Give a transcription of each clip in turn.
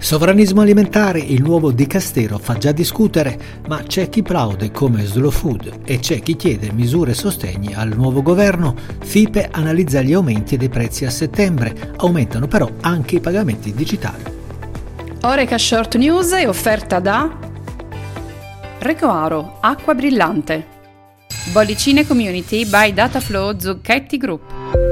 Sovranismo alimentare, il nuovo dicastero fa già discutere, ma c'è chi plaude come Slow Food e c'è chi chiede misure e sostegni al nuovo governo. FIPE analizza gli aumenti dei prezzi a settembre, aumentano però anche i pagamenti digitali. Oreca Short News è offerta da Recoaro, acqua brillante, Bollicine Community by Dataflow Zucchetti Group.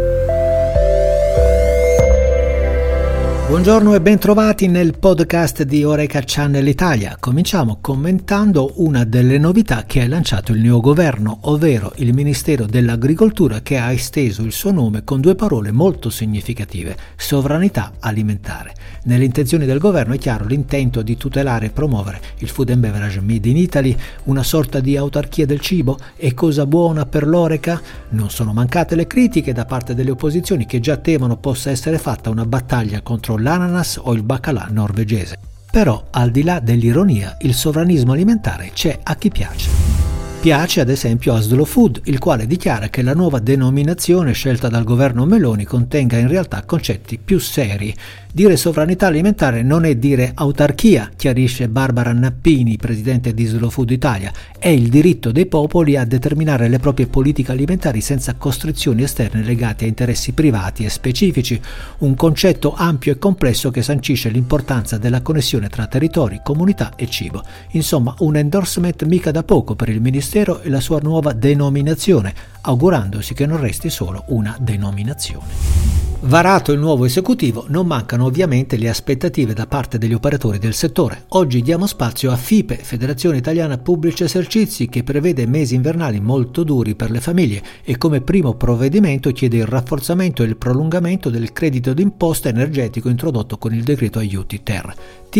Buongiorno e ben trovati nel podcast di Oreca Channel Italia. Cominciamo commentando una delle novità che ha lanciato il neogoverno, ovvero il Ministero dell'Agricoltura, che ha esteso il suo nome con due parole molto significative: sovranità alimentare. Nelle intenzioni del governo è chiaro l'intento di tutelare e promuovere il food and beverage made in Italy, una sorta di autarchia del cibo. È cosa buona per l'Oreca? Non sono mancate le critiche da parte delle opposizioni che già temono possa essere fatta una battaglia contro l'ananas o il baccalà norvegese. Però, al di là dell'ironia, il sovranismo alimentare c'è a chi piace. Piace ad esempio a Slow Food, il quale dichiara che la nuova denominazione scelta dal governo Meloni contenga in realtà concetti più seri. Dire sovranità alimentare non è dire autarchia, chiarisce Barbara Nappini, presidente di Slow Food Italia. È il diritto dei popoli a determinare le proprie politiche alimentari senza costrizioni esterne legate a interessi privati e specifici. Un concetto ampio e complesso che sancisce l'importanza della connessione tra territori, comunità e cibo. Insomma, un endorsement mica da poco per il Ministero e la sua nuova denominazione, augurandosi che non resti solo una denominazione. Varato il nuovo esecutivo, non mancano ovviamente le aspettative da parte degli operatori del settore. Oggi diamo spazio a FIPE, Federazione Italiana Pubblici Esercizi, che prevede mesi invernali molto duri per le famiglie e come primo provvedimento chiede il rafforzamento e il prolungamento del credito d'imposta energetico introdotto con il decreto aiuti ter.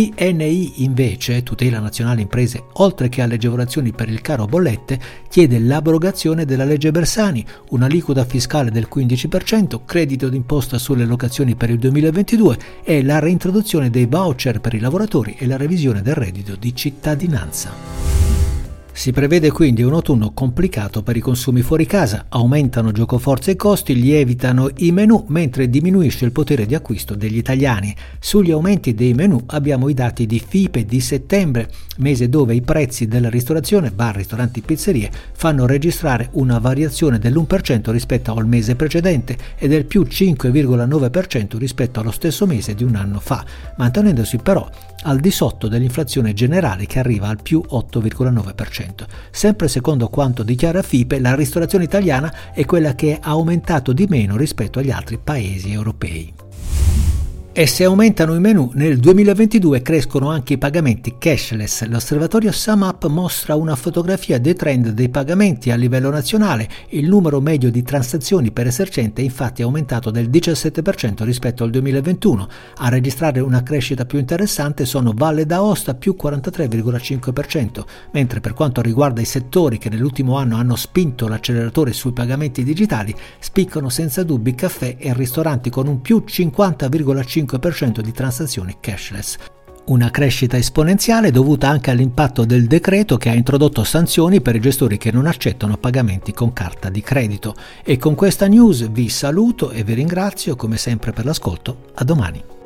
TNI invece, Tutela Nazionale Imprese, oltre che alle agevolazioni per il caro bollette, chiede l'abrogazione della legge Bersani, un'aliquota fiscale del 15%, credito d'imposta sulle locazioni per il 2022 e la reintroduzione dei voucher per i lavoratori e la revisione del reddito di cittadinanza. Si prevede quindi un autunno complicato per i consumi fuori casa, aumentano giocoforza e costi, lievitano i menù mentre diminuisce il potere di acquisto degli italiani. Sugli aumenti dei menù abbiamo i dati di FIPE di settembre, mese dove i prezzi della ristorazione, bar, ristoranti, pizzerie, fanno registrare una variazione dell'1% rispetto al mese precedente e del più 5,9% rispetto allo stesso mese di un anno fa, mantenendosi però al di sotto dell'inflazione generale che arriva al più 8,9%. Sempre secondo quanto dichiara FIPE, la ristorazione italiana è quella che ha aumentato di meno rispetto agli altri paesi europei. E se aumentano i menù, nel 2022 crescono anche i pagamenti cashless. L'osservatorio SumUp mostra una fotografia dei trend dei pagamenti a livello nazionale. Il numero medio di transazioni per esercente è infatti aumentato del 17% rispetto al 2021. A registrare una crescita più interessante sono Valle d'Aosta più 43,5%, mentre per quanto riguarda i settori che nell'ultimo anno hanno spinto l'acceleratore sui pagamenti digitali, spiccano senza dubbi caffè e ristoranti con un più 50,5% di transazioni cashless. Una crescita esponenziale dovuta anche all'impatto del decreto che ha introdotto sanzioni per i gestori che non accettano pagamenti con carta di credito. E con questa news vi saluto e vi ringrazio come sempre per l'ascolto. A domani.